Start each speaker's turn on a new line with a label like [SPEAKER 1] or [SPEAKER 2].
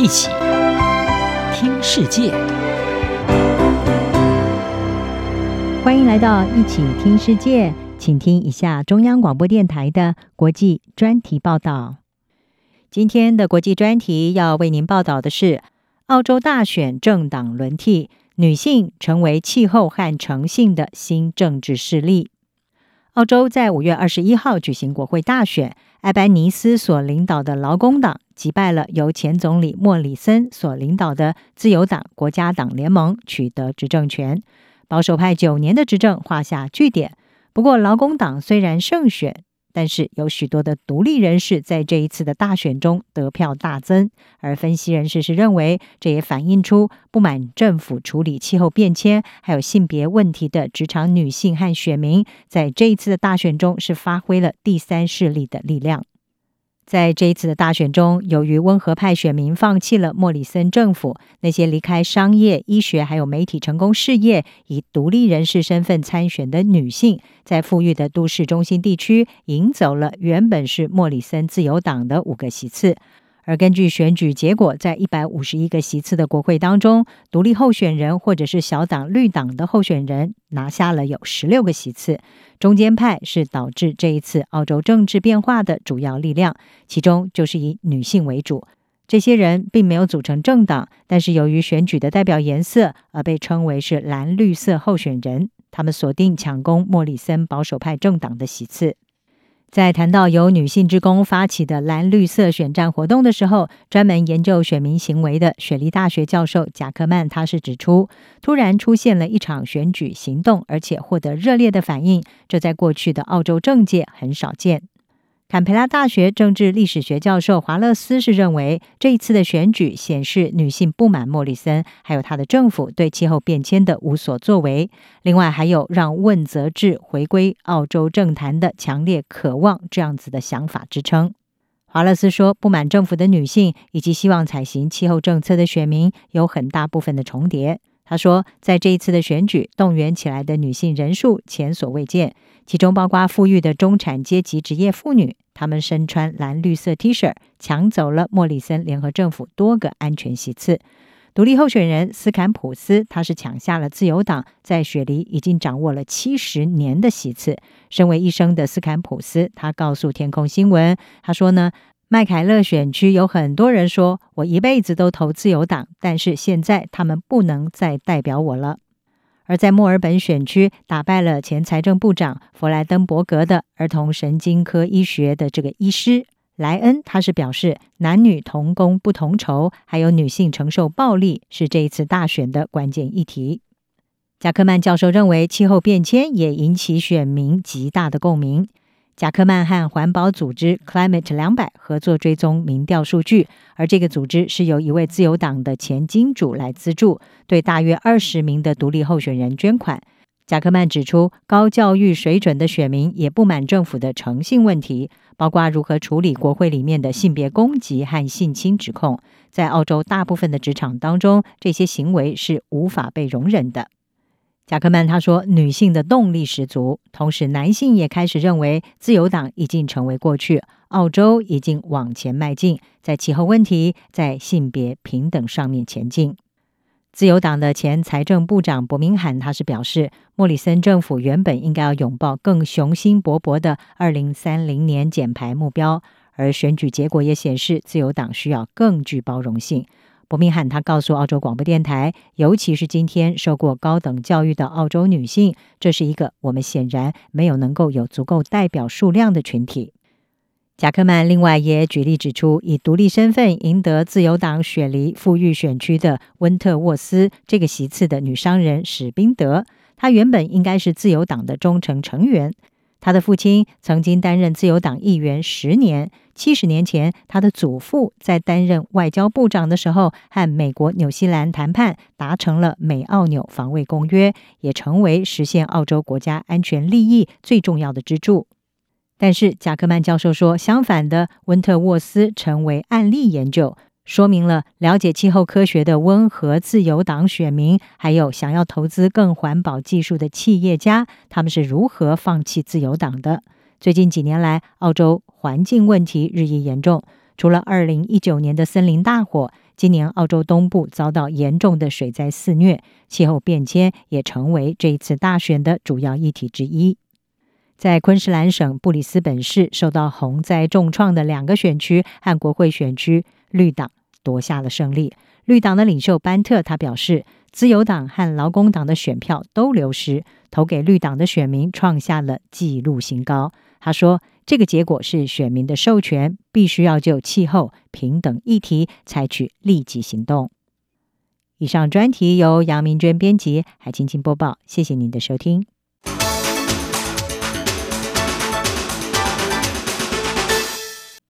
[SPEAKER 1] 一起听世界。
[SPEAKER 2] 欢迎来到一起听世界，请听一下中央广播电台的国际专题报道。今天的国际专题要为您报道的是，澳洲大选政党轮替，女性成为气候和诚信的新政治势力。澳洲在5月21号举行国会大选，艾班尼斯所领导的劳工党击败了由前总理莫里森所领导的自由党国家党联盟，取得执政权。保守派9年的执政画下句点。不过劳工党虽然胜选，但是有许多的独立人士在这一次的大选中得票大增，而分析人士是认为，这也反映出不满政府处理气候变迁还有性别问题的职场女性和选民，在这一次的大选中是发挥了第三势力的力量。在这一次的大选中，由于温和派选民放弃了莫里森政府，那些离开商业、医学还有媒体成功事业，以独立人士身份参选的女性，在富裕的都市中心地区赢走了原本是莫里森自由党的5个席次。而根据选举结果，在151个席次的国会当中，独立候选人或者是小党绿党的候选人拿下了有16个席次。中间派是导致这一次澳洲政治变化的主要力量，其中就是以女性为主。这些人并没有组成政党，但是由于选举的代表颜色而被称为是蓝绿色候选人，他们锁定抢攻莫里森保守派政党的席次。在谈到由女性志工发起的蓝绿色选战活动的时候，专门研究选民行为的雪梨大学教授贾克曼他是指出，突然出现了一场选举行动，而且获得热烈的反应，这在过去的澳洲政界很少见。坎培拉大学政治历史学教授华勒斯是认为，这一次的选举显示女性不满莫里森还有他的政府对气候变迁的无所作为，另外还有让问责制回归澳洲政坛的强烈渴望这样子的想法支撑。华勒斯说，不满政府的女性以及希望采行气候政策的选民有很大部分的重叠。他说，在这一次的选举动员起来的女性人数前所未见，其中包括富裕的中产阶级职业妇女，她们身穿蓝绿色 T 恤，抢走了莫里森联合政府多个安全席次。独立候选人斯坎普斯，他是抢下了自由党在雪梨已经掌握了70年的席次。身为医生的斯坎普斯，他告诉天空新闻，他说呢，麦凯勒选区有很多人说，我一辈子都投自由党，但是现在他们不能再代表我了。而在墨尔本选区打败了前财政部长弗莱登伯格的儿童神经科医学的这个医师莱恩，他是表示男女同工不同酬，还有女性承受暴力是这一次大选的关键议题。贾克曼教授认为，气候变迁也引起选民极大的共鸣。贾克曼和环保组织 Climate 200合作追踪民调数据，而这个组织是由一位自由党的前金主来资助，对大约20名的独立候选人捐款。贾克曼指出，高教育水准的选民也不满政府的诚信问题，包括如何处理国会里面的性别攻击和性侵指控。在澳洲大部分的职场当中，这些行为是无法被容忍的。贾克曼他说，女性的动力十足，同时男性也开始认为自由党已经成为过去，澳洲已经往前迈进，在气候问题、在性别平等上面前进。自由党的前财政部长伯明翰他是表示，莫里森政府原本应该要拥抱更雄心勃勃的2030年减排目标，而选举结果也显示自由党需要更具包容性。伯明翰他告诉澳洲广播电台，尤其是今天受过高等教育的澳洲女性，这是一个我们显然没有能够有足够代表数量的群体。贾克曼另外也举例指出，以独立身份赢得自由党雪梨富裕选区的温特沃斯这个席次的女商人史宾德，她原本应该是自由党的忠诚成员。他的父亲曾经担任自由党议员10年，70年前，他的祖父在担任外交部长的时候，和美国、纽西兰谈判，达成了美澳纽防卫公约，也成为实现澳洲国家安全利益最重要的支柱。但是贾克曼教授说，相反的，温特沃斯成为案例研究，说明了了解气候科学的温和自由党选民，还有想要投资更环保技术的企业家，他们是如何放弃自由党的。最近几年来，澳洲环境问题日益严重，除了2019年的森林大火， 今年澳洲东部遭到严重的水灾肆虐，气候变迁也成为这一次大选的主要议题之一。在昆士兰省布里斯本市受到洪灾重创的2个选区和国会选区，绿党夺下了胜利。绿党的领袖班特他表示，自由党和劳工党的选票都流失，投给绿党的选民创下了纪录新高。他说，这个结果是选民的授权，必须要就气候平等议题采取立即行动。以上专题由杨明娟编辑，海青青播报，谢谢您的收听。